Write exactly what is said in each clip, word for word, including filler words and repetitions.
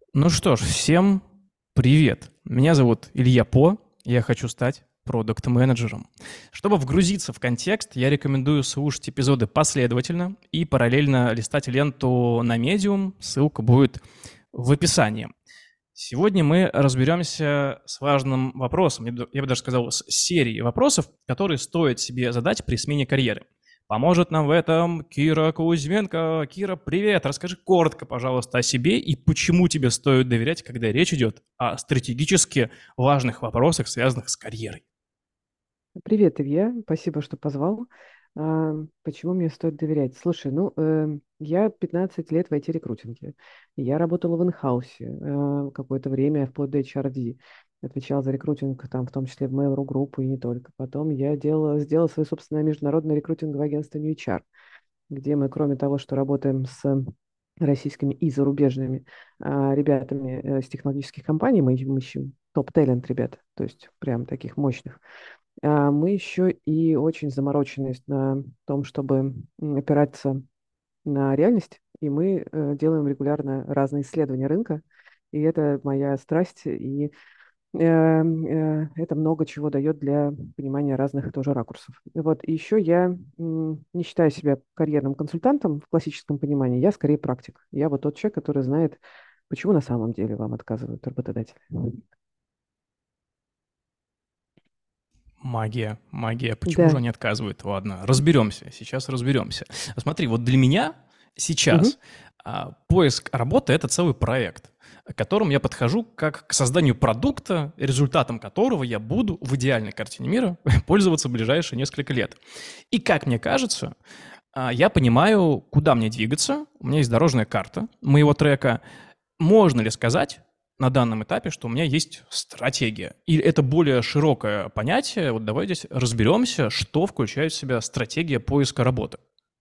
Ну что ж, всем привет. Меня зовут Илья По, и я хочу стать продукт-менеджером. Чтобы вгрузиться в контекст, я рекомендую слушать эпизоды последовательно и параллельно листать ленту на Medium. Ссылка будет в описании. Сегодня мы разберемся с важным вопросом, я бы я бы даже сказал, с серией вопросов, которые стоит себе задать при смене карьеры. Поможет нам в этом Кира Кузьменко. Кира, привет! Расскажи коротко, пожалуйста, о себе и почему тебе стоит доверять, когда речь идет о стратегически важных вопросах, связанных с карьерой. Привет, Илья. Спасибо, что позвал. А, почему мне стоит доверять? Слушай, ну, э, я пятнадцать лет в I T-рекрутинге. Я работала в инхаусе э, какое-то время, вплоть до H R D. Отвечала за рекрутинг, там, в том числе в Mail.ru группу и не только. Потом я делала, сделала свое собственное международное рекрутинговое агентство New H R, где мы, кроме того, что работаем с российскими и зарубежными а, ребятами э, с технологических компаний, мы, мы ищем топ-талент ребят, то есть прям таких мощных. А, Мы еще и очень заморочены на том, чтобы м, опираться на реальность, и мы э, делаем регулярно разные исследования рынка, и это моя страсть, и э, э, это много чего дает для понимания разных тоже ракурсов. И Вот, и еще я м, не считаю себя карьерным консультантом в классическом понимании, я скорее практик. Я вот тот человек, который знает, почему на самом деле вам отказывают работодатели. Магия, магия. Почему же Да. они отказывают? Ладно, разберемся. Сейчас разберемся. Смотри, вот для меня Мгм. сейчас а, поиск работы — это целый проект, к которому я подхожу как к созданию продукта, результатом которого я буду в идеальной картине мира пользоваться в ближайшие несколько лет. И как мне кажется, а, я понимаю, куда мне двигаться. У меня есть дорожная карта моего трека. Можно ли сказать на данном этапе, что у меня есть стратегия? Или это более широкое понятие? Вот давай здесь разберемся, что включает в себя стратегия поиска работы.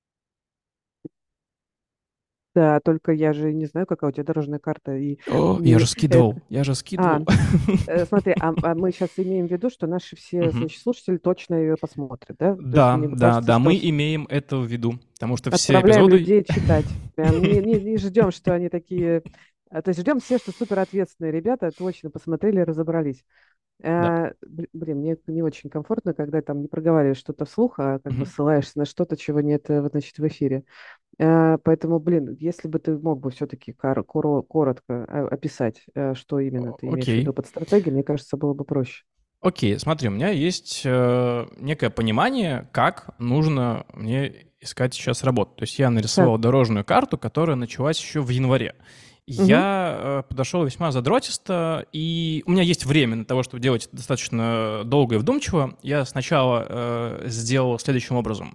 Да, только я же не знаю, какая у тебя дорожная карта, и О, я же не это. скидывал, я же А, скидывал. э, смотри, а, а мы сейчас имеем в виду, что наши все, Мгм. значит, слушатели точно ее посмотрят, да? То есть Да, мне да, кажется, да, что мы с- имеем это в виду, потому что все отправляем эпизоды... людей читать. Прям не, не, не ждем, что они такие. а, То есть ждем все, что супер ответственные ребята точно посмотрели и разобрались. Да. Э, бл- Блин, мне не очень комфортно, когда там не проговариваешь что-то вслух, а как бы Мгм. ссылаешься на что-то, чего нет, э, вот, значит, в эфире. Э, Поэтому, блин, если бы ты мог бы все-таки коротко э, описать, э, что именно О- ты имеешь в Окей. виду под стратегией, мне кажется, было бы проще. Окей, смотри, у меня есть э, некое понимание, как нужно мне искать сейчас работу. То есть я Так. нарисовал дорожную карту, которая началась еще в январе. Мгм. Я э, подошел весьма задротисто, и у меня есть время на того, чтобы делать это достаточно долго и вдумчиво. Я сначала э, сделал следующим образом.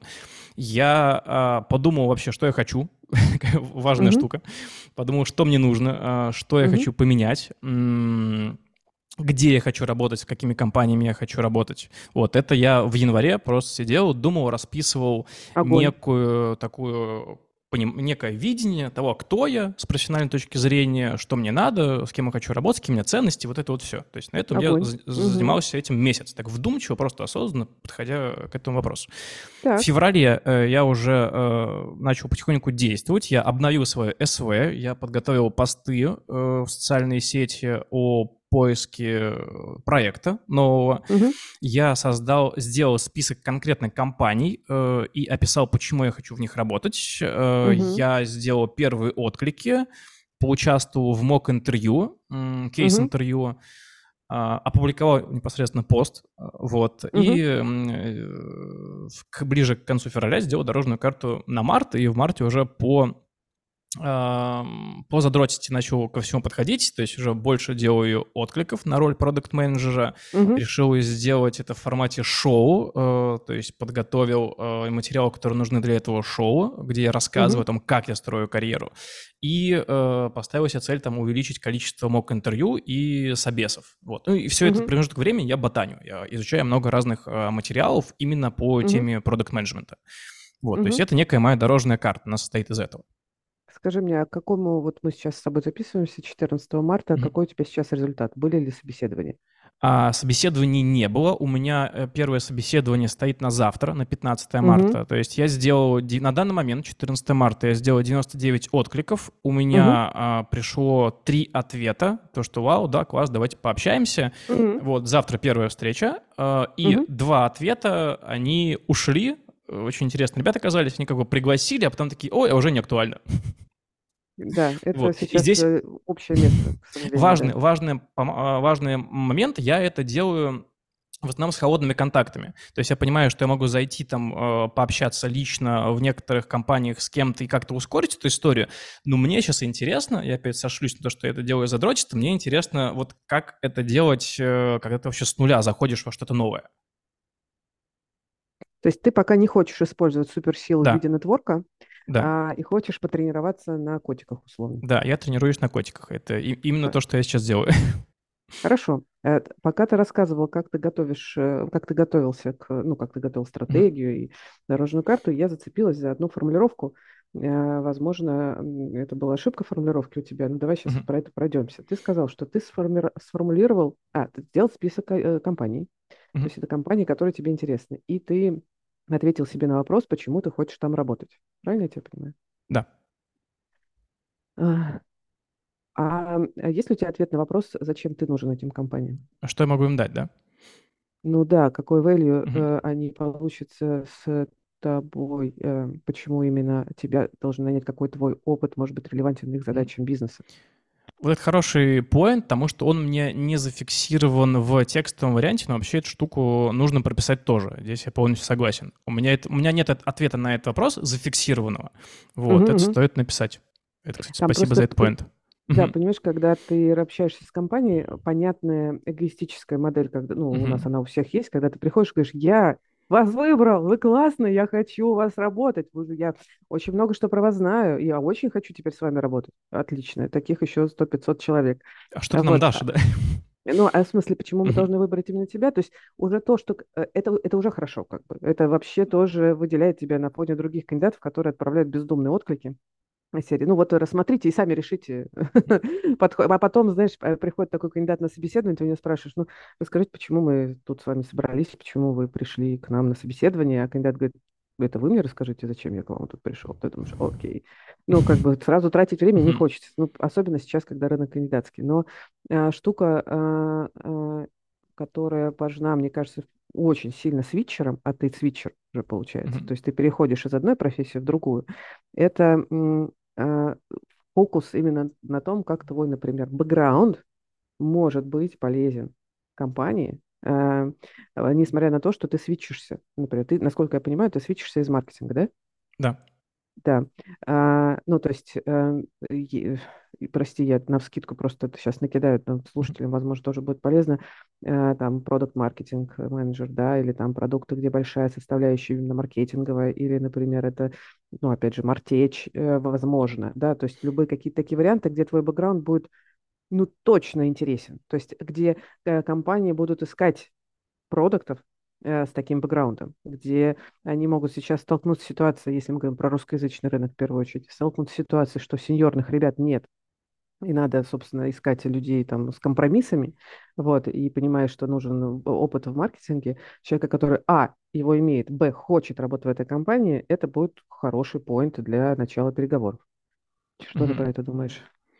Я а, подумал вообще, что я хочу, важная Мгм. штука. Подумал, что мне нужно, а, что я Мгм. хочу поменять, м, где я хочу работать, с какими компаниями я хочу работать. Вот это я в январе просто сидел, думал, расписывал Огонь. некую такую поним- некое видение того, кто я с профессиональной точки зрения, что мне надо, с кем я хочу работать, какие у меня ценности, вот это вот все. То есть на этом я Огонь. з- Мгм. занимался этим месяц, так вдумчиво, просто осознанно подходя к этому вопросу. В Так. феврале э, я уже э, начал потихоньку действовать. Я обновил свое эс вэ, я подготовил посты э, в социальные сети о поиске э, проекта нового. Мгм. Я создал, сделал список конкретных компаний э, и описал, почему я хочу в них работать. Э, Мгм. я сделал первые отклики, поучаствовал в мок-интервью, м, Мгм. кейс-интервью, а, опубликовал непосредственно пост, а, вот, Мгм. и м, э, в- к, ближе к концу февраля сделал дорожную карту на март, и в марте уже по ам, по задротисти начал ко всему подходить, то есть уже больше делаю откликов на роль продукт-менеджера, Мгм. решил сделать это в формате шоу, э, то есть подготовил э, материалы, которые нужны для этого шоу, где я рассказываю Мгм. о том, как я строю карьеру, и э, поставил себе цель там увеличить количество мок-интервью и собесов, вот. Ну и все этот Мгм. промежуток времени я ботаню, я изучаю много разных э, материалов именно по Мгм. теме продукт-менеджмента, вот, то есть Мгм. это некая моя дорожная карта, она состоит из этого. Скажи мне, а к какому, вот мы сейчас с тобой записываемся четырнадцатого марта, а какой у тебя сейчас результат? Были ли собеседования? А собеседований не было. У меня э, первое собеседование стоит на завтра, на пятнадцатое Угу, марта. То есть я сделал, ди- на данный момент, четырнадцатое марта, я сделал девяносто девять откликов. У угу, меня а, пришло три ответа. То, что вау, да, класс, давайте пообщаемся. угу, Вот, завтра первая встреча. а, И угу. два ответа, они ушли. Очень интересные ребята оказались. Они как бы пригласили, а потом такие, ой, а уже не актуально. Да, это Вот. И сейчас здесь э, общее место, к сожалению, важный, да. важный, пом- а, важный момент. Я это делаю в основном с холодными контактами. То есть я понимаю, что я могу зайти там, э, пообщаться лично в некоторых компаниях с кем-то и как-то ускорить эту историю. Но мне сейчас интересно, я опять сошлюсь на то, что я это делаю за задротисто, мне интересно, вот как это делать, э, когда ты вообще с нуля заходишь во что-то новое. То есть ты пока не хочешь использовать суперсилу в Да, виде нетворка, да, а, и хочешь потренироваться на котиках, условно. да, я тренируюсь на котиках. Это и- именно Х- то, что я сейчас делаю. Хорошо. Э, т- Пока ты рассказывал, как ты готовишь, э, как ты готовился к, ну, как ты готовил Мгм, стратегию и дорожную карту, я зацепилась за одну формулировку. Э, Возможно, м, это была ошибка формулировки у тебя. Ну, давай сейчас мгм, про это пройдемся. Ты сказал, что ты сформи- сформулировал, а, ты сделал список э, компаний, то мгм. есть это компании, которые тебе интересны, и ты ответил себе на вопрос, почему ты хочешь там работать. Правильно я тебя понимаю? Да. А а, а есть ли у тебя ответ на вопрос, зачем ты нужен этим компаниям? А что я могу им дать, да? Ну да, какой value Мгм, э, они получатся с тобой, э, почему именно тебя должен нанять, какой твой опыт может быть релевантен их мгм. задачам бизнеса. Вот это хороший поинт, потому что он мне не зафиксирован в текстовом варианте, но вообще эту штуку нужно прописать тоже. Здесь я полностью согласен. У меня, это, у меня нет от- ответа на этот вопрос зафиксированного. Вот, Мгм, это мгм. стоит написать. Это, кстати, Там спасибо просто, за этот п- поинт. да, Мгм, понимаешь, когда ты общаешься с компанией, понятная эгоистическая модель, когда, ну, у нас мгм. она у всех есть, когда ты приходишь и говоришь, я вас выбрал, вы классные, я хочу у вас работать, вы- я очень много что про вас знаю, я очень хочу теперь с вами работать. Отлично, таких еще сто пятьсот человек. А что А ты нам Вот. дашь, да? Ну, а в смысле, почему мы Мгм, должны выбрать именно тебя? То есть уже то, что к- э, это, это уже хорошо, как бы. Это вообще тоже выделяет тебя на фоне других кандидатов, которые отправляют бездумные отклики из серии. Ну вот э, рассмотрите и сами решите. мгм, Подход- А потом, знаешь, э, приходит такой кандидат на собеседование, ты у него спрашиваешь, ну, расскажите, почему мы тут с вами собрались, почему вы пришли к нам на собеседование, а кандидат говорит, это вы мне расскажите, зачем я к вам тут пришел? Ты думаешь, окей. Ну, как бы сразу тратить время не мгм, хочется, ну, особенно сейчас, когда рынок кандидатский. Но а, штука, а, а, которая важна, мне кажется, очень сильно свитчером, а ты свитчер уже получается, мгм, то есть ты переходишь из одной профессии в другую, это м, а, фокус именно на том, как твой, например, бэкграунд может быть полезен компании, а, а, несмотря на то, что ты свитчишься. Например, ты, насколько я понимаю, ты свитчишься из маркетинга, да? да. Да. А, ну, то есть, э, е- и, прости, я навскидку просто это сейчас накидаю, там, Мгм, слушателям, возможно, тоже будет полезно, э, там, продукт-маркетинг менеджер, да, или там продукты, где большая составляющая именно маркетинговая, или, например, это, ну, опять же, мартеч, э, возможно, да, то есть любые какие-то такие варианты, где твой бэкграунд будет, ну, точно интересен, то есть где э, компании будут искать продуктов э, с таким бэкграундом, где они могут сейчас столкнуться с ситуацией, если мы говорим про русскоязычный рынок в первую очередь, столкнуться с ситуацией, что сеньорных ребят нет, и надо, собственно, искать людей там с компромиссами, вот, и понимая, что нужен ну, опыт в маркетинге, человека, который, а, его имеет, б, хочет работать в этой компании, это будет хороший поинт для начала переговоров. Что ты мгм. про это думаешь?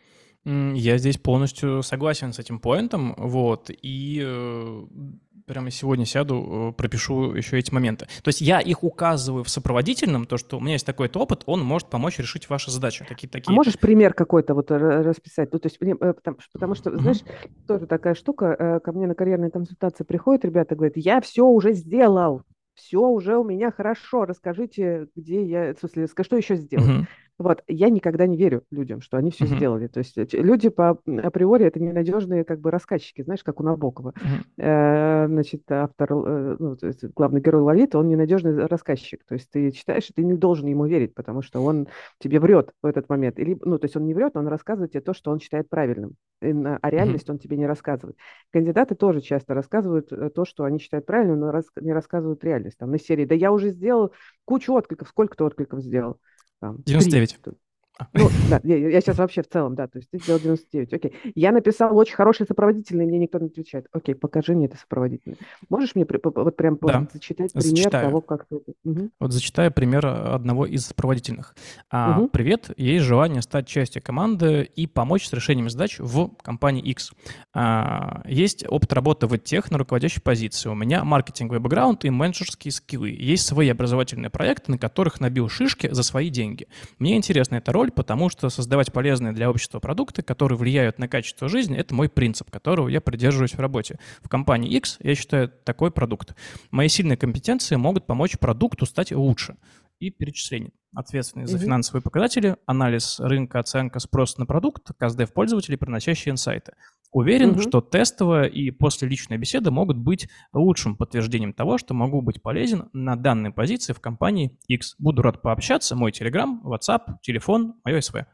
М, Я здесь полностью согласен с этим поинтом, вот, и э, прямо сегодня сяду, э, пропишу еще эти моменты. То есть я их указываю в сопроводительном, то, что у меня есть такой-то опыт, он может помочь решить ваши задачи, такие-то, А такие-то. можешь пример какой-то вот ра- расписать? Ну, то есть, мне, э, потому, потому что, Мгм, знаешь, тоже такая штука, э, ко мне на карьерные консультации приходят ребята, говорят, я все уже сделал, все уже у меня хорошо, расскажите, где я, в смысле, ска- что еще сделать? мгм, Вот, я никогда не верю людям, что они все мгм, сделали. То есть э, ч- люди по априори это ненадежные как бы рассказчики, знаешь, как у Набокова. мгм, Э, Значит, автор, э, ну, то есть главный герой Лолиты, он ненадежный рассказчик. То есть ты читаешь, и ты не должен ему верить, потому что он тебе врет в этот момент. Или, ну, то есть он не врет, он рассказывает тебе то, что он считает правильным. И на- А мгм, реальность он тебе не рассказывает. Кандидаты тоже часто рассказывают э, то, что они считают правильным, но рас- не рассказывают реальность. Там на серии, да я уже сделал кучу откликов, сколько ты откликов сделал? Там, девяносто три. девять. А, Ну, да, я, я сейчас вообще в целом, да, то есть ты сделал девяносто девять, окей. Я написал очень хороший сопроводительный, мне никто не отвечает. Окей, покажи мне это сопроводительное. Можешь мне при- по- по- вот прям по- Да, зачитать пример зачитаю. того, как ты это... Мгм, Вот зачитаю пример э, одного из сопроводительных. А, мгм, привет, есть желание стать частью команды и помочь с решением задач в компании X. А, есть опыт работы в тех на руководящей позиции. У меня маркетинговый бэкграунд и менеджерские скиллы. Есть свои образовательные проекты, на которых набил шишки за свои деньги. Мне интересна эта роль, потому что создавать полезные для общества продукты, которые влияют на качество жизни, это мой принцип, которого я придерживаюсь в работе. В компании X я считаю такой продукт. Мои сильные компетенции могут помочь продукту стать лучше. И перечисление. Ответственность за мгм, финансовые показатели, анализ рынка, оценка спроса на продукт, КСДФ пользователей, приносящие инсайты. Уверен, мгм. что тестовая и после личной беседы могут быть лучшим подтверждением того, что могу быть полезен на данной позиции в компании X. Буду рад пообщаться. Мой Telegram, WhatsApp, телефон, мое СВ.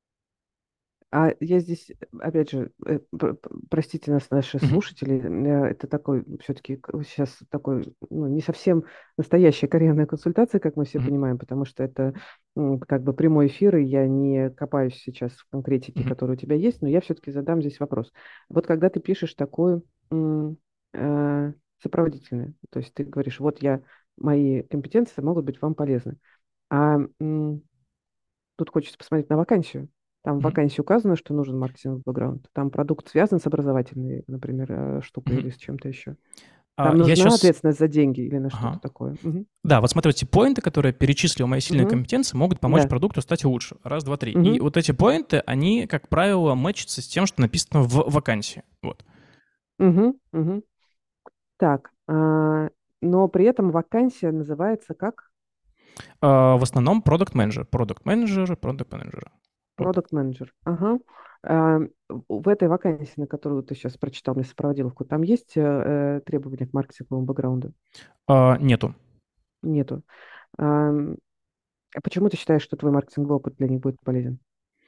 А я здесь, опять же, э, пр- пр- простите нас, наши Мгм. слушатели, э, это такой, все-таки сейчас такой, ну, не совсем настоящая карьерная консультация, как мы все Мгм. понимаем, потому что это м, как бы прямой эфир, и я не копаюсь сейчас в конкретике, Мгм. которая у тебя есть, но я все-таки задам здесь вопрос. Вот когда ты пишешь такое м, э, сопроводительное, то есть ты говоришь, вот я, мои компетенции могут быть вам полезны, а м, тут хочется посмотреть на вакансию. Там в Мгм. вакансии указано, что нужен маркетинговый бэкграунд. Там продукт связан с образовательной, например, э, штукой или Мгм. с чем-то еще. А, Там я нужна сейчас... ответственность за деньги или на что-то Ага. такое. Мгм. Да, вот смотрите, поинты, которые я перечислил, мои сильные Мгм. компетенции, могут помочь Да. продукту стать лучше. Раз, два, три. И Мгм. вот эти поинты, они, как правило, мэчатся с тем, что написано в вакансии. Вот. Мгм. Мгм. Так. а, но при этом вакансия называется как А, в основном продукт менеджер продукт менеджер продукт менеджер Вот. продукт менеджер. Ага. А, в этой вакансии, на которую ты сейчас прочитал мне сопроводиловку, там есть э, э, требования к маркетинговому бэкграунду? А, нету. Нету. Ам, А почему ты считаешь, что твой маркетинговый опыт для них будет полезен?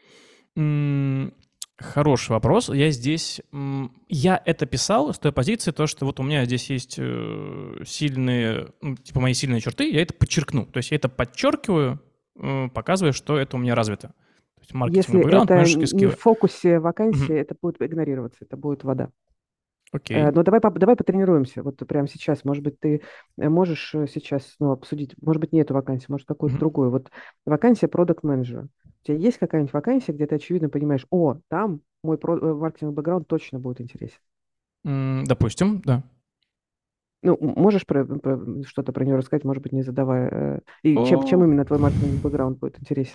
М, Хороший вопрос. Я здесь... м, Я это писал с той позиции, то, что вот у меня здесь есть э, сильные, ну, типа мои сильные черты, я это подчеркну. То есть я это подчеркиваю, э, показывая, что это у меня развито. То есть Если маркетинговый бэкграунд, это менеджерские не в скиллы. фокусе вакансии, Мгм. это будет игнорироваться, это будет вода. Э, Окей. Но давай, поп- давай потренируемся. Вот прямо сейчас, может быть, ты э, можешь э, сейчас ну, обсудить, может быть, не эту вакансию, может, какую-то Мгм. другую. Вот вакансия продукт менеджера. У тебя есть какая-нибудь вакансия, где ты очевидно понимаешь, о, там мой про- э, маркетинг бэкграунд точно будет интересен. М, Допустим, да. Ну, м- можешь про- про- что-то про нее рассказать, может быть, не задавая. э, И чем, чем О, именно твой маркетинг бэкграунд будет интересен?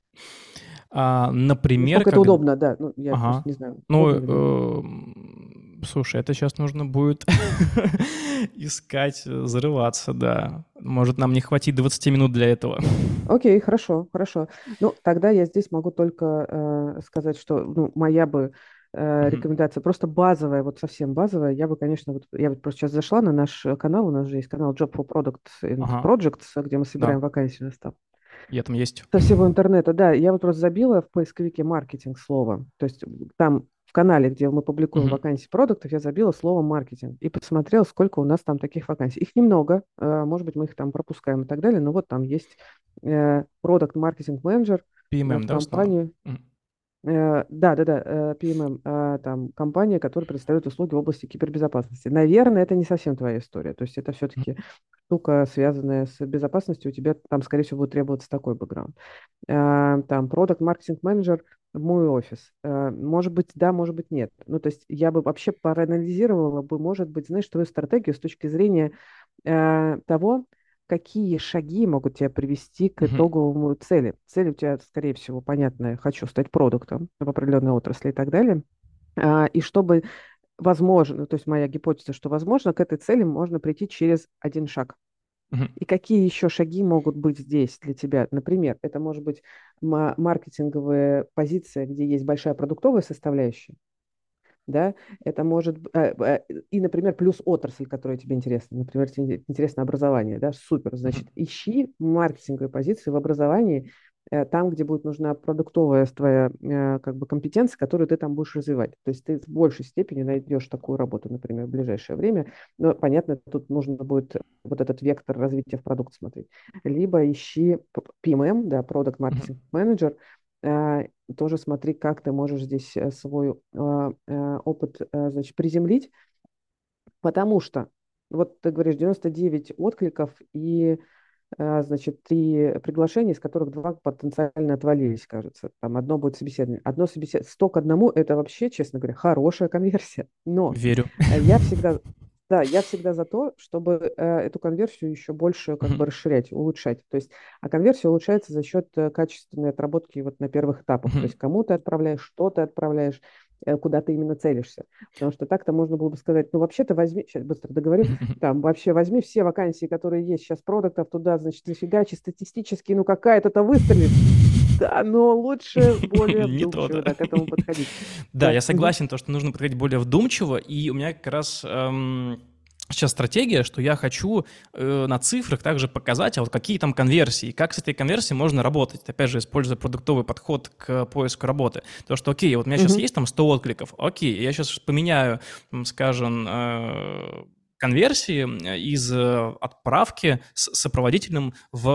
а, например, Насколько это как... удобно, да. Ну, я просто Ага. не знаю, Ну, удобно или нет. эм, слушай, это сейчас нужно будет искать, э, зарываться, да. Может, нам не хватит двадцати минут для этого. Окей, хорошо, хорошо. Ну, тогда я здесь могу только э, сказать, что ну, моя бы э, Мгм. рекомендация просто базовая, вот совсем базовая. Я бы, конечно, вот я вот просто сейчас зашла на наш э, канал, у нас же есть канал Job for Products and Ага, Projects, где мы да, собираем вакансии на став. и там есть. Со всего интернета, да. Я вот просто забила в поисковике маркетинг слово. То есть там в канале, где мы публикуем Мгм. вакансии продуктов, я забила слово маркетинг и посмотрела, сколько у нас там таких вакансий. Их немного, э, может быть, мы их там пропускаем и так далее, но вот там есть продукт маркетинг менеджер в пи эм эм, да, в основном? компании. Мгм. Э, Да, да, да, э, пи эм эм, а, там компания, которая предоставляет услуги в области кибербезопасности. Наверное, это не совсем твоя история. То есть это Мгм. все-таки штука, связанная с безопасностью. У тебя там, скорее всего, будет требоваться такой бэкграунд. Э, Там продукт маркетинг менеджер, мой офис. Э, Может быть, да, может быть, нет. Ну, то есть я бы вообще проанализировала бы, может быть, знаешь, твою стратегию с точки зрения э, того, какие шаги могут тебя привести к Мгм. итоговому цели. Цель у тебя, скорее всего, понятная, хочу стать продуктом в определенной отрасли и так далее. А, И чтобы возможно, то есть моя гипотеза, что возможно к этой цели можно прийти через один шаг. Мгм. И какие еще шаги могут быть здесь для тебя? Например, это может быть ма- маркетинговая позиция, где есть большая продуктовая составляющая, да, это может, б- э, э, и, например, плюс отрасль, которая тебе интересна, например, тебе интересно образование, да, супер, Мгм. значит, ищи маркетинговые позиции в образовании, э, там, где будет нужна продуктовая твоя, э, как бы, компетенция, которую ты там будешь развивать. То есть ты в большей степени найдешь такую работу, например, в ближайшее время, но, понятно, тут нужно будет вот этот вектор развития в продукт смотреть. Либо ищи п- пи эм эм, да, Product Мгм. Marketing Manager, э, тоже смотри, как ты можешь здесь э, свой э, э, опыт, э, значит, приземлить, потому что вот ты говоришь девяносто девять откликов и а, значит, три приглашения, из которых два потенциально отвалились, кажется. Там одно будет собеседование. Одно собеседование, сто к одному, это вообще, честно говоря, хорошая конверсия. Но Верю. э, я всегда, да, я всегда за то, чтобы э, эту конверсию еще больше как Мгм. бы расширять, улучшать. То есть, а конверсия улучшается за счет э, качественной отработки вот на первых этапах. То Мгм. есть, кому ты отправляешь, что ты отправляешь, э, куда ты именно целишься. Потому что так-то можно было бы сказать, ну, вообще-то возьми, сейчас быстро договорю, там вообще возьми все вакансии, которые есть сейчас продуктов, туда, значит, зафигачи статистически, ну какая-то-то выстрелит. Да, но лучше более Не то, вдумчиво, да. да, к этому подходить. Да, Да. я Мгм. согласен, то, что нужно подходить более вдумчиво, и у меня как раз эм, сейчас стратегия, что я хочу э, на цифрах также показать, а вот какие там конверсии, как с этой конверсией можно работать, опять же, используя продуктовый подход к поиску работы. То, что, окей, вот у меня сейчас Мгм. есть там сто откликов, окей, я сейчас поменяю, м, скажем, э, конверсии э, из э, отправки с сопроводительным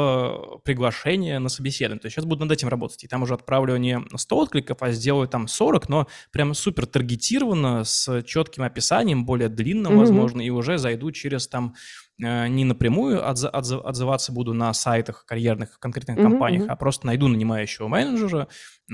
в приглашение на собеседование. То есть сейчас буду над этим работать. И там уже отправлю не сто откликов, а сделаю там сорок, но прям супер таргетированно, с четким описанием, более длинным, Мгм. возможно, и уже зайду через там э, не напрямую отзы- отзы- отзываться буду на сайтах карьерных в конкретных Мгм. компаниях, Мгм. а просто найду нанимающего менеджера,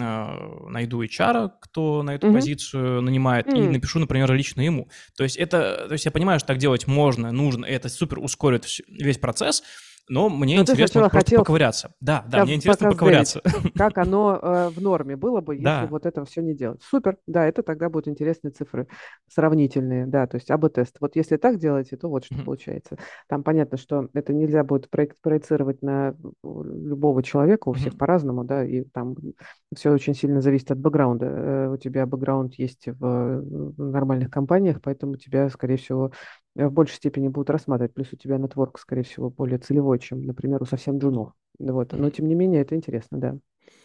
э, найду эйч ар, кто на эту Мгм. позицию нанимает, и М. напишу, например, лично ему. То есть это, то есть я понимаю, что так делать можно, нужно, и это супер ускорит вс- весь процесс, но мне Но ты интересно сначала вот просто хотел поковыряться. Да, да, мне Каз- интересно показделить, поковыряться. как оно э, в норме было бы, если Да. вот это все не делать. Супер, да, это тогда будут интересные цифры, сравнительные, да, то есть АБ-тест. Вот если так делаете, то вот что Мгм. получается. Там понятно, что это нельзя будет проек- проецировать на любого человека, у всех Мгм. по-разному, да, и там все очень сильно зависит от бэкграунда. Э, У тебя бэкграунд есть в в нормальных компаниях, поэтому тебя, скорее всего, э, в большей степени будут рассматривать. Плюс у тебя нетворк, скорее всего, более целевой, чем, например, у совсем джунов. Вот. Но, Мгм. тем не менее, это интересно, да.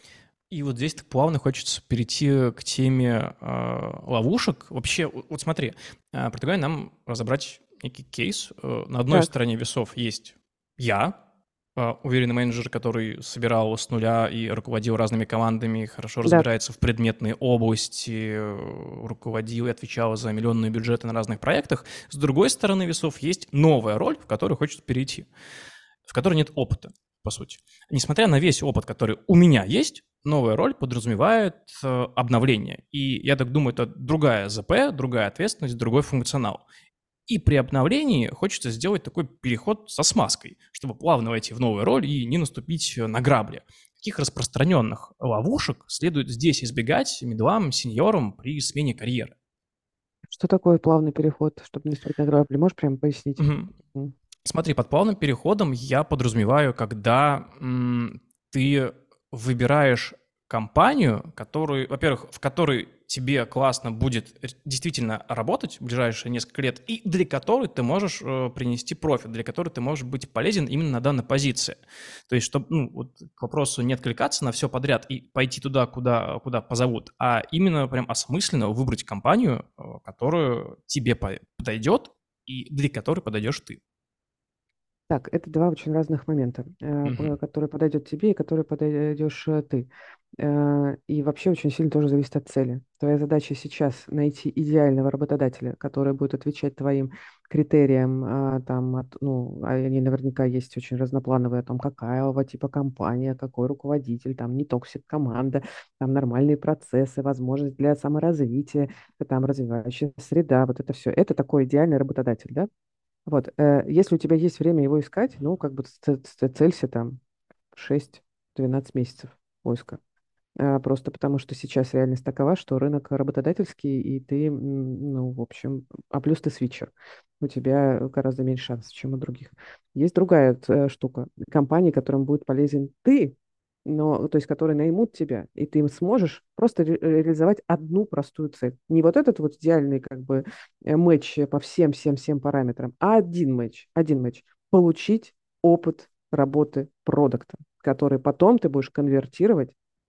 И вот здесь так плавно хочется перейти к теме э, ловушек. Вообще, в- вот смотри, э, предлагаю нам разобрать некий кейс. Э, на одной Так, стороне весов есть я, э, уверенный менеджер, который собирал с нуля и руководил разными командами, хорошо да. разбирается в предметной области, э, руководил и отвечал за миллионные бюджеты на разных проектах. С другой стороны весов есть новая роль, в которую хочется перейти, в которой нет опыта, по сути. Несмотря на весь опыт, который у меня есть, новая роль подразумевает э, обновление. И я так думаю, это другая ЗП, другая ответственность, другой функционал. И при обновлении хочется сделать такой переход со смазкой, чтобы плавно войти в новую роль и не наступить э, на грабли. Каких распространенных ловушек следует здесь избегать медлам, сеньорам при смене карьеры? Что такое плавный переход, чтобы не стать на грабли? Можешь прямо пояснить? Мгм. М. Смотри, под плавным переходом я подразумеваю, когда м, ты выбираешь компанию, которую, во-первых, в которой тебе классно будет р- действительно работать в ближайшие несколько лет, и для которой ты можешь э, принести профит, для которой ты можешь быть полезен именно на данной позиции. То есть, чтобы, ну, вот к вопросу не откликаться на все подряд и пойти туда, куда, куда позовут, а именно прям осмысленно выбрать компанию, э, которую тебе по- подойдет и для которой подойдешь ты. Так, это два очень разных момента, э, по- Мгм. который подойдет тебе и который подойдешь э, ты. Э, И вообще очень сильно тоже зависит от цели. Твоя задача сейчас найти идеального работодателя, который будет отвечать твоим критериям, а, там, от- ну, а они наверняка есть очень разноплановые о том, какая типа компания, какой руководитель, там не токсик команда, там нормальные процессы, возможность для саморазвития, там развивающая среда, вот это все. Это такой идеальный работодатель, да? Вот, э, если у тебя есть время его искать, ну, как бы ц- ц- целься там шесть-двенадцать месяцев поиска. А, Просто потому что сейчас реальность такова, что рынок работодательский, и ты, м, ну, в общем, а плюс ты свитчер. У тебя гораздо меньше шансов, чем у других. Есть другая э, штука. Компании, которым будет полезен ты, но, то есть, которые наймут тебя, и ты им сможешь просто ре- реализовать одну простую цель. Не вот этот вот идеальный как бы э, матч по всем-всем-всем параметрам, а один матч, один матч. Получить опыт работы продукта, который потом ты будешь конвертировать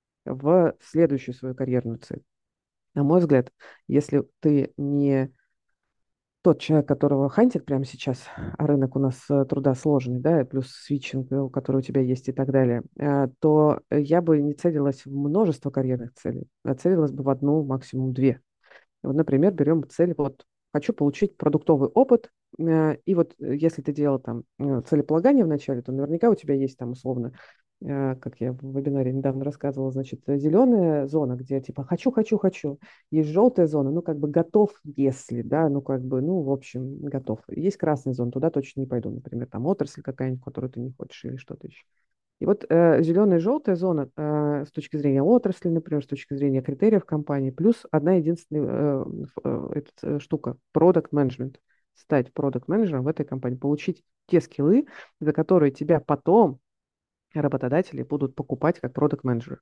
в следующую свою карьерную цель. На мой взгляд, если ты не тот человек, которого хантит прямо сейчас, а рынок у нас э, труда сложный, да, и плюс свитчинг, э, который у тебя есть и так далее, э, то э, я бы не целилась в множество карьерных целей, а целилась бы в одну, максимум две. Вот, например, берем цель, вот, хочу получить продуктовый опыт, э, и вот э, если ты делал там э, целеполагание вначале, то наверняка у тебя есть там условно, э, как я в вебинаре недавно рассказывала, значит, зеленая зона, где типа хочу, хочу, хочу, есть желтая зона, ну как бы готов, если, да, ну как бы, ну в общем, готов. Есть красная зона, туда точно не пойду, например, там отрасль какая-нибудь, которую ты не хочешь или что-то еще. И вот э, зеленая и желтая зона э, с точки зрения отрасли, например, с точки зрения критериев компании, плюс одна единственная э, э, этот, э, штука — product management. Стать продакт-менеджером в этой компании, получить те скиллы, за которые тебя потом работодатели будут покупать как продакт-менеджер.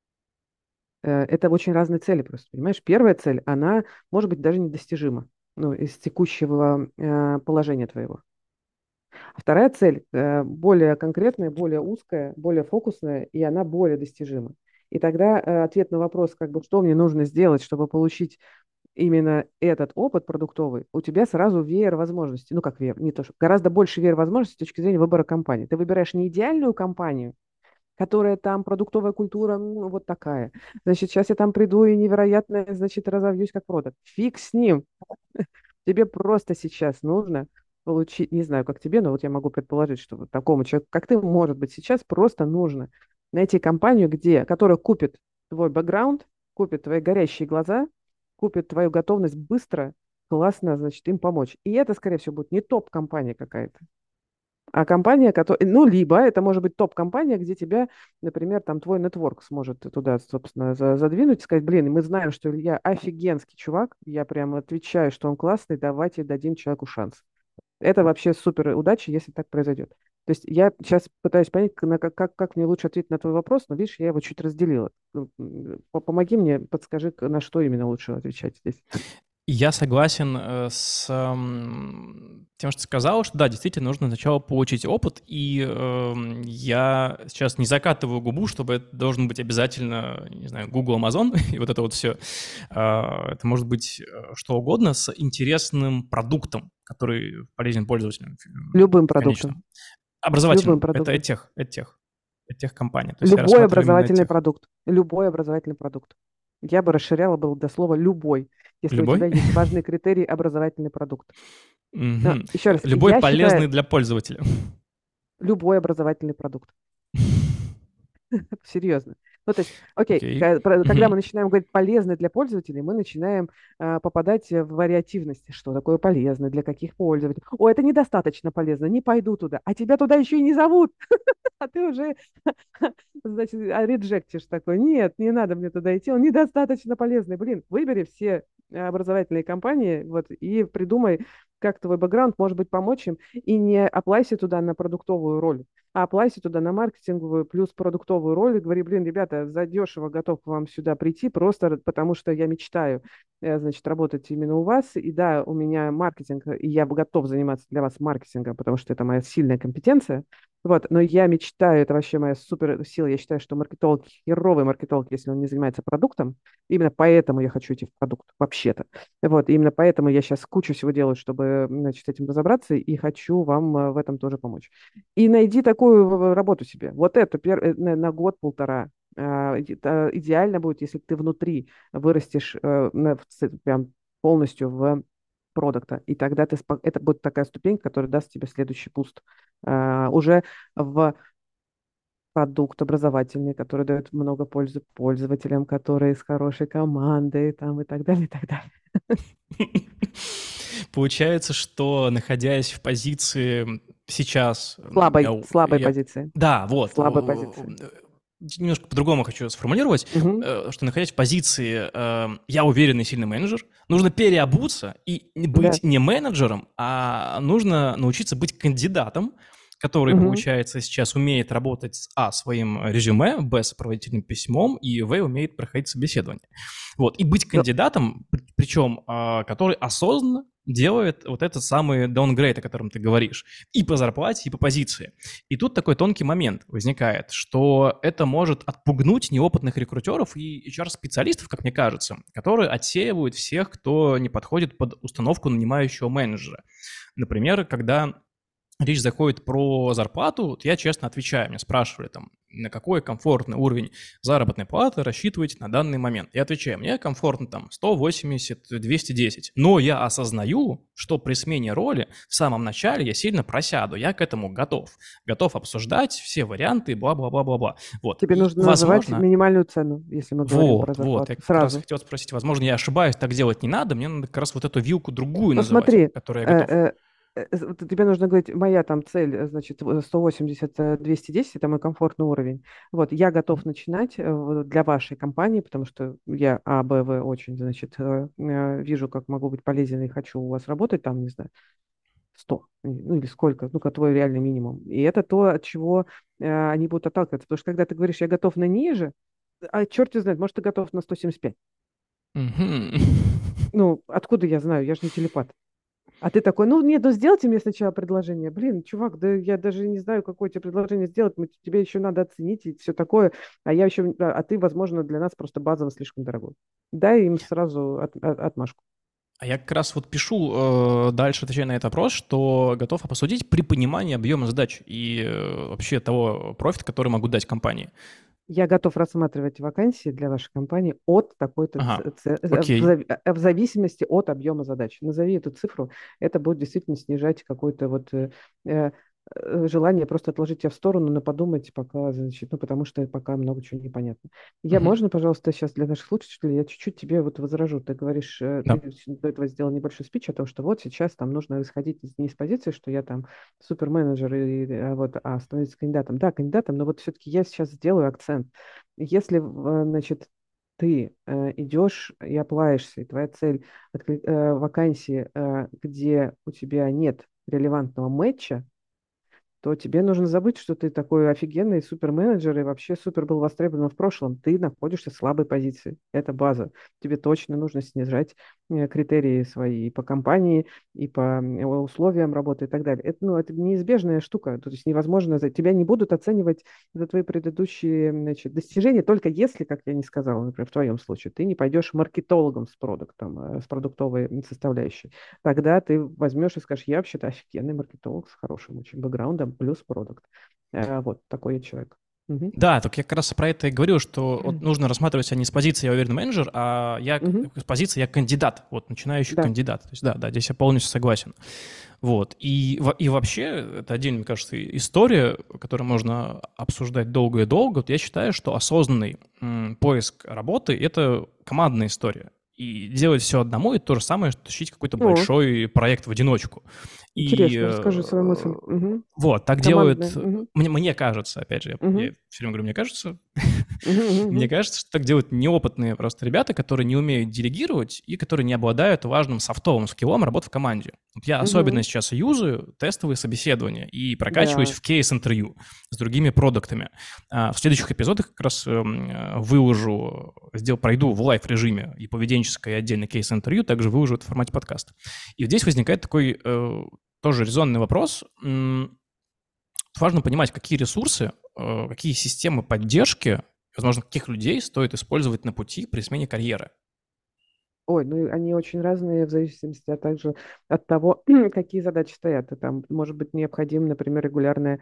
Э, это очень разные цели просто, понимаешь? Первая цель, она может быть даже недостижима, ну, из текущего э, положения твоего. А вторая цель э, более конкретная, более узкая, более фокусная, и она более достижима. И тогда э, ответ на вопрос, как бы, что мне нужно сделать, чтобы получить именно этот опыт продуктовый, у тебя сразу веер возможностей. Ну, как веер, не то, что гораздо больше веер возможностей с точки зрения выбора компании. Ты выбираешь не идеальную компанию, которая там продуктовая культура, ну, вот такая. Значит, сейчас я там приду и невероятно, значит, разовьюсь как продукт. Фиг с ним. Тебе просто сейчас нужно получить, не знаю, как тебе, но вот я могу предположить, что вот такому человеку, как ты, может быть, сейчас просто нужно найти компанию, где, которая купит твой бэкграунд, купит твои горящие глаза, купит твою готовность быстро, классно, значит, им помочь. И это, скорее всего, будет не топ-компания какая-то, а компания, которая, ну, либо это может быть топ-компания, где тебя, например, там твой нетворк сможет туда, собственно, за- задвинуть и сказать, блин, мы знаем, что Илья офигенский чувак, я прямо отвечаю, что он классный, давайте дадим человеку шанс. Это вообще супер удача, если так произойдет. То есть я сейчас пытаюсь понять, на как, как, как мне лучше ответить на твой вопрос, но видишь, я его чуть разделила. Ну, м, по- Помоги мне, подскажи, к- на что именно лучше отвечать здесь. Я согласен э, с м, тем, что ты сказал, что да, действительно нужно сначала получить опыт, и эм, я сейчас не закатываю губу, чтобы это должен быть обязательно, не знаю, Google, Amazon и вот это вот все. Это может быть э, что угодно с интересным продуктом, который полезен пользователям м, Любым продуктом. конечным. Любым Образовательным. Это продуктом. тех, это тех, это тех компаний. То есть я Любой рассматриваю именно образовательный тех. продукт. Любой образовательный продукт. Я бы расширяла бы до слова любой, если у тебя Любой? есть важный критерий образовательный продукт. Но Мгм. еще раз, Любой я считаю полезный для пользователя. любой образовательный продукт. Серьезно. Ну, то есть, окей, Окей. ка- про- когда мы Мгм. начинаем говорить полезный для пользователей, мы начинаем а, попадать в вариативность. Что такое полезно, для каких пользователей? О, это недостаточно полезно, не пойду туда. А тебя туда еще и не зовут, а ты уже, значит, а, реджектишь такой. Нет, не надо мне туда идти, он недостаточно полезный. Блин, выбери все э, образовательные компании, вот, и придумай, как твой бэкграунд может быть помочь им, и не оплайся туда на продуктовую роль, а оплайся туда на маркетинговую плюс продуктовую роль и говори, блин, ребята, задешево готов к вам сюда прийти, просто потому что я мечтаю, э, значит, работать именно у вас, и да, у меня маркетинг, и я бы готов заниматься для вас маркетингом, потому что это моя сильная компетенция, вот, но я мечтаю, это вообще моя супер сила, я считаю, что маркетолог, херовый маркетолог, если он не занимается продуктом, именно поэтому я хочу идти в продукт, вообще-то. Вот, и именно поэтому я сейчас кучу всего делаю, чтобы, значит, с этим разобраться, и хочу вам э, в этом тоже помочь. И найди такую э, работу себе. Вот эту пер- э, на, на год-полтора. А, иде- а, Идеально будет, если ты внутри вырастешь э, на- в ц- прям полностью в продукта, и тогда ты, спо- это будет такая ступенька, которая даст тебе следующий пуст а, уже в продукт образовательный, который дает много пользы пользователям, которые с хорошей командой там, и так далее, и так далее. Получается, что находясь в позиции сейчас, м, я, Слабой, у- слабой я- позиции. да, вот, Слабой о, позиции. э, немножко по-другому хочу сформулировать, Мгм. э, что находясь в позиции э, «я уверенный сильный менеджер», нужно переобуться и не Да. быть не менеджером, а нужно научиться быть кандидатом, который, Мгм. получается, сейчас умеет работать с А, своим резюме, Б, сопроводительным письмом, и В, умеет проходить собеседование. Вот, и быть Ну, кандидатом, при- причем, а, который осознанно делает вот этот самый downgrade, о котором ты говоришь, и по зарплате, и по позиции. И тут такой тонкий момент возникает, что это может отпугнуть неопытных рекрутеров и эйч ар-специалистов, как мне кажется, которые отсеивают всех, кто не подходит под установку нанимающего менеджера. Например, когда речь заходит про зарплату, вот я честно отвечаю, меня спрашивали там, на какой комфортный уровень заработной платы рассчитываете на данный момент. Я отвечаю, мне комфортно там сто восемьдесят - двести десять, но я осознаю, что при смене роли в самом начале я сильно просяду, я к этому готов. Готов обсуждать все варианты, бла-бла-бла-бла-бла. Вот, Тебе и нужно называть возможно... минимальную цену, если мы говорим про Вот, вот, я зарплату. как раз Сразу. хотел спросить, возможно, я ошибаюсь, так делать не надо, мне надо как раз вот эту вилку другую Ну называть, смотри, которой я э, готов. э, э, з- вот тебе нужно говорить, моя там цель, э, значит, в- сто восемьдесят, э, двести десять, это мой комфортный уровень. Вот, я готов начинать э, в- для вашей компании, потому что я А, Б, В очень, значит, э, э, вижу, как могу быть полезен и хочу у вас работать там, не знаю, сто, ну или сколько, ну-ка, твой реальный минимум. И это то, от чего э, они будут отталкиваться. Потому что когда ты говоришь, я готов на ниже, а черт его знает, может, ты готов на сто семьдесят пять. Мгм. Ну, откуда я знаю? Я же не телепат. А ты такой, ну нет, ну сделайте мне сначала предложение. Блин, чувак, да я даже не знаю, какое тебе предложение сделать. Мы, тебе еще надо оценить и все такое. А я еще, а а ты, возможно, для нас просто базово слишком дорогой. Дай им сразу от- от- отмашку. А я как раз вот пишу э, дальше, отвечая на этот вопрос, что готов обсудить при понимании объема задач и э, вообще того профита, который могу дать компании. Я готов рассматривать вакансии для вашей компании от такой-то, Ага, ц- ц- э, в окей. зави- э, в зависимости от объема задач. Назови эту цифру, это будет действительно снижать какое-то вот э, э, э, желание просто отложить тебя в сторону, но подумать пока, значит, ну, потому что пока много чего непонятно. Я, Мгм. можно, пожалуйста, сейчас для наших слушателей, я чуть-чуть тебе вот возражу. Ты говоришь, э, Да. ты до этого сделал небольшой спич о том, что вот сейчас там нужно исходить из, не из позиции, что я там суперменеджер, и, а вот, а становиться кандидатом. Да, кандидатом, но вот все-таки я сейчас сделаю акцент. Если, в- значит, ты э, идешь и оплаешься, и твоя цель открыть э, вакансии, э, где у тебя нет релевантного матча, то тебе нужно забыть, что ты такой офигенный суперменеджер и вообще супер был востребован в прошлом. Ты находишься в слабой позиции. Это база. Тебе точно нужно снижать э, критерии свои и по компании, и по м, условиям работы и так далее. Это, ну, это неизбежная штука. То есть невозможно... за- Тебя не будут оценивать за твои предыдущие, значит, достижения, только если, как я не сказала, например, в твоем случае, ты не пойдешь маркетологом с продуктом, э, с продуктовой составляющей. Тогда ты возьмешь и скажешь, я вообще-то офигенный маркетолог с хорошим очень бэкграундом, плюс продукт. Э, Вот такой я человек. Мгм. Да, так я как раз про это и говорю, что вот нужно рассматривать себя не с позиции «я уверенный менеджер», а я к- Мгм. с позиции «я кандидат», вот начинающий Да. кандидат. То есть да, да, здесь я полностью согласен. Вот. И, во- и вообще, это отдельно, мне кажется, история, которую можно обсуждать долго и долго. Вот я считаю, что осознанный м, поиск работы — это командная история. И делать все одному — это то же самое, что тащить какой-то О, большой проект в одиночку. И интересно, э, расскажи свою мысль. Мгм. вот, так Командная. делают, Мгм. мне, мне кажется, опять же, я, Мгм. я все время говорю, мне кажется, Мгм. мне Мгм. кажется, что так делают неопытные просто ребята, которые не умеют делегировать и которые не обладают важным софтовым скиллом работы в команде. Вот я особенно Мгм. сейчас юзаю тестовые собеседования и прокачиваюсь Да. в кейс-интервью с другими продуктами. А В следующих эпизодах как раз эм, э, выложу, сделал, пройду в лайв-режиме и поведенческое, и отдельно кейс-интервью, также выложу это в формате подкаста. И здесь возникает такой э, тоже резонный вопрос. М, Важно понимать, какие ресурсы, э, какие системы поддержки, возможно, каких людей стоит использовать на пути при смене карьеры. Ой, ну и они очень разные в зависимости а также от того, какие задачи стоят. И там может быть необходим, например, регулярная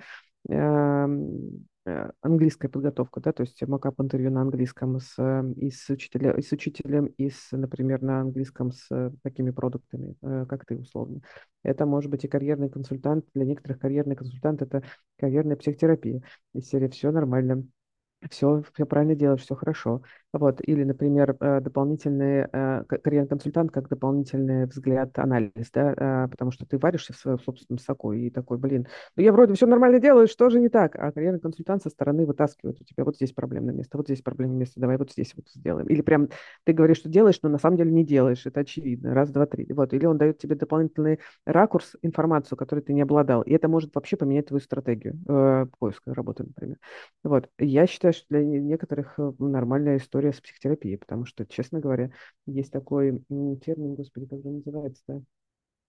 эм, э, английская подготовка, да, то есть мокап интервью на английском с, э, и с, учителя, и с учителем, и с, например, на английском с э, такими продуктами, э, как ты, условно. Это может быть и карьерный консультант. Для некоторых карьерный консультант — это карьерная психотерапия. Из серии «Все нормально». Все, все правильно делаешь, все хорошо. Вот. Или, например, э, дополнительный э, к- карьерный консультант как дополнительный взгляд, анализ, да, э, потому что ты варишься в своем собственном соку и такой, блин, ну я вроде все нормально делаю, что же не так? А карьерный консультант со стороны вытаскивает у тебя вот здесь проблемное место, вот здесь проблемное место, давай вот здесь вот сделаем. Или прям ты говоришь, что делаешь, но на самом деле не делаешь, это очевидно, раз, два, три. Вот. Или он дает тебе дополнительный ракурс, информацию, которой ты не обладал, и это может вообще поменять твою стратегию э, поиска работы, например. Вот. Я считаю, что для не- некоторых э, нормальная история с психотерапией, потому что, честно говоря, есть такой м, термин, господи, как же он называется-то?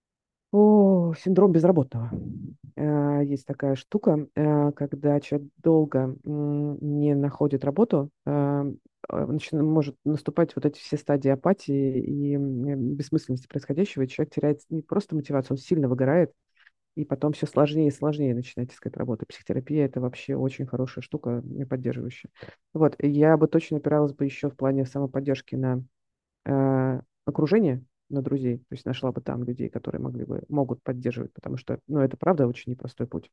О, синдром безработного. Э, Есть такая штука, э, когда человек долго м, не находит работу, э, э, начи- может наступать вот эти все стадии апатии и м, бессмысленности происходящего, и человек теряет не просто мотивацию, он сильно выгорает, и потом все сложнее и сложнее начинать искать работу. Психотерапия — это вообще очень хорошая штука, э, поддерживающая. Вот, и я бы точно опиралась бы еще в плане самоподдержки на э, окружение, на друзей, то есть нашла бы там людей, которые могли бы, могут поддерживать, потому что, ну, это правда очень непростой путь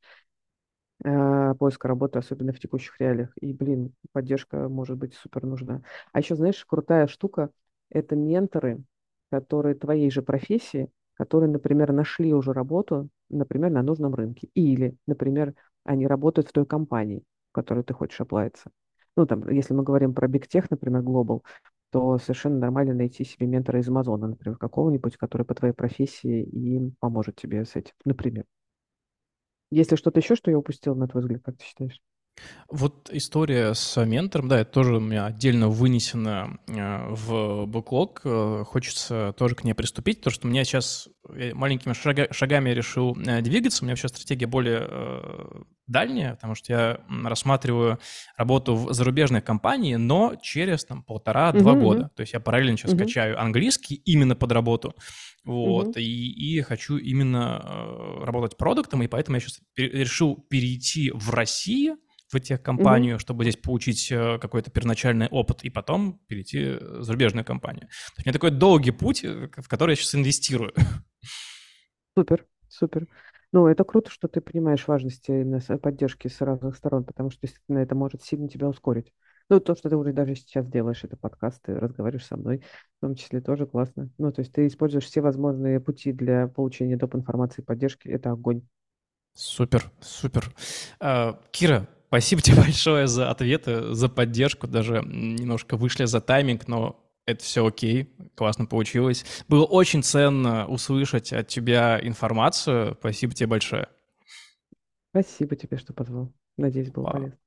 э, поиска работы, особенно в текущих реалиях. И, блин, поддержка может быть супер нужна. А еще, знаешь, крутая штука — это менторы, которые твоей же профессии, которые, например, нашли уже работу, например, на нужном рынке. Или, например, они работают в той компании, в которой ты хочешь оплавиться. Ну, там, если мы говорим про Big Tech, например, Global, то совершенно нормально найти себе ментора из Амазона, например, какого-нибудь, который по твоей профессии и поможет тебе с этим, например. Есть ли что-то еще, что я упустил, на твой взгляд, как ты считаешь? Вот история с ментором, да, это тоже у меня отдельно вынесено э, в бэклог. Э, Хочется тоже к ней приступить, потому что у меня сейчас я маленькими шага- шагами решил э, двигаться. У меня вообще стратегия более э, дальняя, потому что я м, рассматриваю работу в зарубежной компании, но через там полтора-два Угу, угу, года. То есть я параллельно сейчас угу, качаю английский именно под работу, угу. вот, и, и хочу именно э, работать продуктом, и поэтому я сейчас решил перейти в Россию, в Мгм. техкомпанию, чтобы здесь получить э, какой-то первоначальный опыт, и потом перейти в зарубежную компанию. То есть у меня такой долгий путь, э, в который я сейчас инвестирую. Супер, супер. Ну, это круто, что ты понимаешь важность именно с- поддержки с разных сторон, потому что действительно это может сильно тебя ускорить. Ну, то, что ты уже даже сейчас делаешь, это подкаст, ты разговариваешь со мной, в том числе тоже классно. Ну, то есть ты используешь все возможные пути для получения доп. Информации и поддержки. Это огонь. Супер, супер. А, Кира, спасибо тебе большое за ответы, за поддержку. Даже немножко вышли за тайминг, но это все окей, классно получилось. Было очень ценно услышать от тебя информацию. Спасибо тебе большое. Спасибо тебе, что позвал. Надеюсь, было Вау. полезно.